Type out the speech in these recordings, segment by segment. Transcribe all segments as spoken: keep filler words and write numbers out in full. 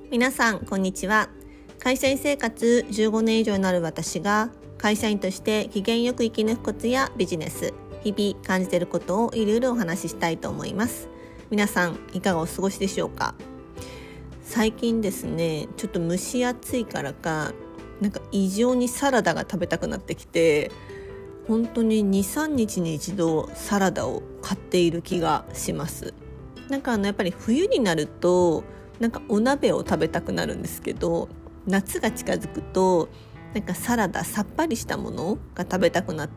皆さんこんにちは。会社員生活じゅうごねん以上になる私が会社員として機嫌よく生き抜くコツやビジネス、日々感じていることをいろいろお話ししたいと思います。皆さんいかがお過ごしでしょうか。最近ですね、ちょっと蒸し暑いからかなんか異常にサラダが食べたくなってきて、本当に にさんにちに一度サラダを買っている気がします。なんかあのやっぱり冬になるとなんかお鍋を食べたくなるんですけど、夏が近づくとなんかサラダ、さっぱりしたものが食べたくなって、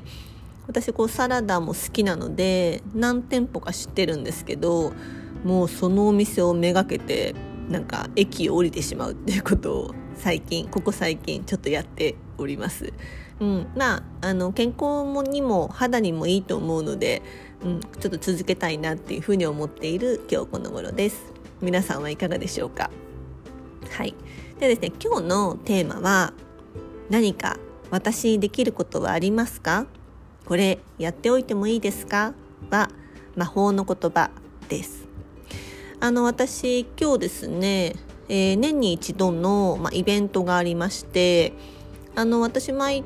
私こうサラダも好きなので何店舗か知ってるんですけど、もうそのお店をめがけてなんか駅を降りてしまうっていうことを最近ここ最近ちょっとやっております。うん、まああの健康もにも肌にもいいと思うので、うん、ちょっと続けたいなっていうふうに思っている今日この頃です。皆さんはいかがでしょうか。はい。でですね、今日のテーマは、何か私にできることはありますか？これやっておいてもいいですか？は魔法の言葉です。あの私今日ですね、えー、年に一度の、まあ、イベントがありまして、あの私毎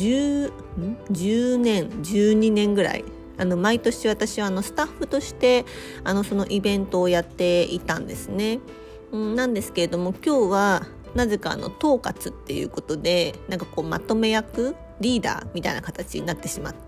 10、10年じゅうにねんぐらいあの毎年私はあのスタッフとしてあのそのイベントをやっていたんですね。うん、なんですけれども、今日はなぜかあの統括っていうことでなんかこうまとめ役リーダーみたいな形になってしまって、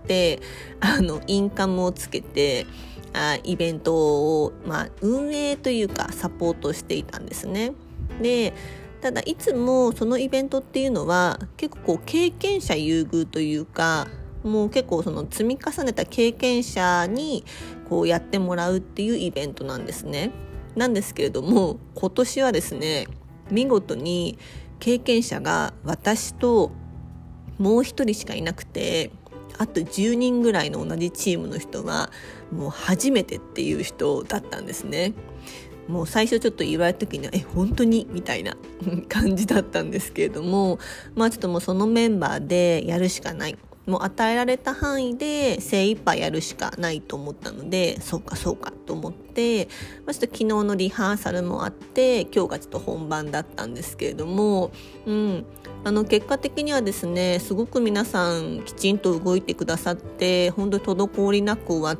あのインカムをつけてあイベントを、まあ、運営というかサポートしていたんですね。でただいつもそのイベントっていうのは結構こう経験者優遇というか、もう結構その積み重ねた経験者にこうやってもらうっていうイベントなんですね。なんですけれども、今年はですね、見事に経験者が私ともう一人しかいなくて、あとじゅうにんぐらいの同じチームの人はもう初めてっていう人だったんですね。もう最初ちょっと言われた時にはえ本当にみたいな感じだったんですけれども、まあちょっともうそのメンバーでやるしかない、もう与えられた範囲で精一杯やるしかないと思ったので、そうかそうかと思って、まあ、ちょっと昨日のリハーサルもあって今日がちょっと本番だったんですけれども、うん、あの結果的にはですね、すごく皆さんきちんと動いてくださって、本当に滞りなく終わって、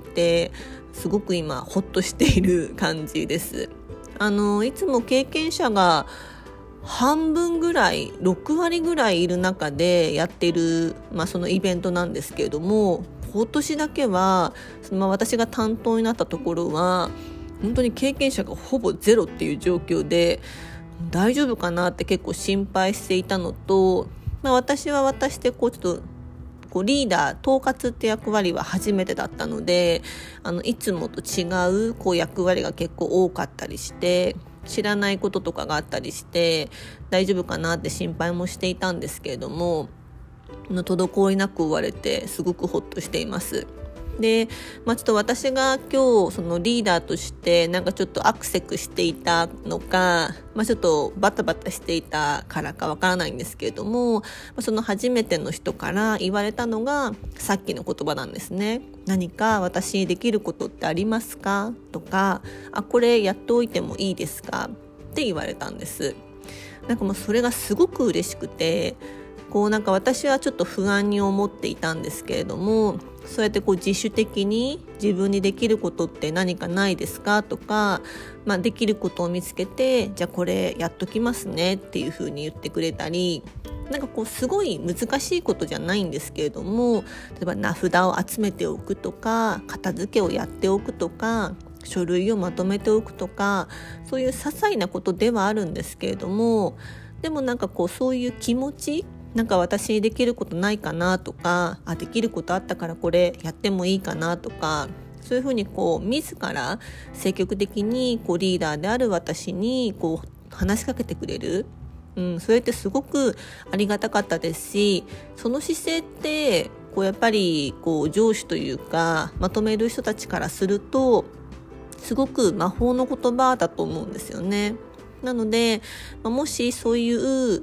すごく今ホッとしている感じです。あのいつも経験者が半分ぐらいろくわりぐらいいる中でやってる、まあ、そのイベントなんですけれども、今年だけは、まあ、私が担当になったところは本当に経験者がほぼゼロっていう状況で、大丈夫かなって結構心配していたのと、まあ、私は私でこうちょっとこうリーダー統括って役割は初めてだったので、あのいつもと違うこう役割が結構多かったりして、知らないこととかがあったりして大丈夫かなって心配もしていたんですけれども、滞りなく終われてすごくホッとしています。で、まあ、ちょっと私が今日そのリーダーとしてなんかちょっとアクセクしていたのか、まあ、ちょっとバタバタしていたからかわからないんですけれども、その初めての人から言われたのがさっきの言葉なんですね。何か私にできることってありますかとか、あこれやっておいてもいいですかって言われたんです。なんかもうそれがすごく嬉しくて、こうなんか私はちょっと不安に思っていたんですけれども、そうやってこう自主的に自分にできることって何かないですかとか、まあ、できることを見つけて、じゃあこれやっときますねっていう風に言ってくれたり、なんかこうすごい難しいことじゃないんですけれども、例えば名札を集めておくとか、片付けをやっておくとか、書類をまとめておくとか、そういう些細なことではあるんですけれども、でもなんかこうそういう気持ち、なんか私にできることないかなとか、あできることあったからこれやってもいいかなとか、そういうふうにこう自ら積極的にこうリーダーである私にこう話しかけてくれる、うん、それってすごくありがたかったですし、その姿勢ってこうやっぱりこう上司というかまとめる人たちからするとすごく魔法の言葉だと思うんですよね。なので、もしそういう、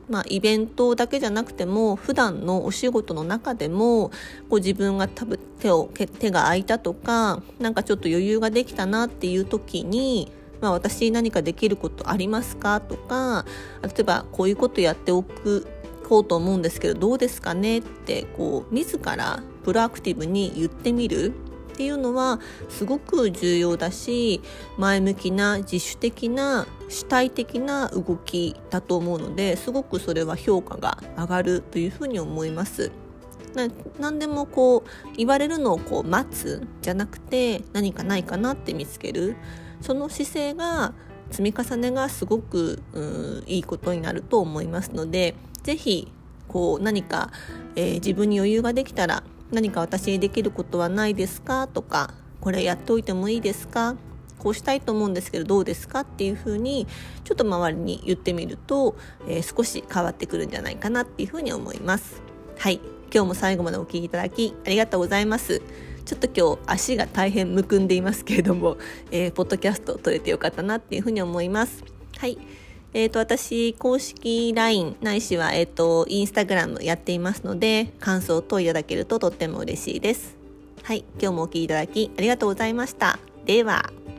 まあ、イベントだけじゃなくても普段のお仕事の中でもこう自分が多分手を手が空いたとか、なんかちょっと余裕ができたなっていう時にまあ、私何かできることありますかとか、例えばこういうことやっておくこうと思うんですけどどうですかねってこう自らプロアクティブに言ってみるっていうのはすごく重要だし、前向きな自主的な主体的な動きだと思うので、すごくそれは評価が上がるというふうに思います。な何でもこう言われるのをこう待つじゃなくて、何かないかなって見つける、その姿勢が積み重ねがすごくうんいいことになると思いますので、ぜひこう何か、えー、自分に余裕ができたら、何か私にできることはないですかとか、これやっておいてもいいですか、こうしたいと思うんですけどどうですかっていうふうにちょっと周りに言ってみると、えー、少し変わってくるんじゃないかなっていうふうに思います。はい、今日も最後までお聞きいただきありがとうございます。ちょっと今日足が大変むくんでいますけれども、えー、ポッドキャスト撮れてよかったなっていうふうに思います。はい、えーと、私公式 ライン ないしは、えーと、インスタグラムやっていますので、感想等いただけるととっても嬉しいです。はい、今日もお聞きいただきありがとうございました。では。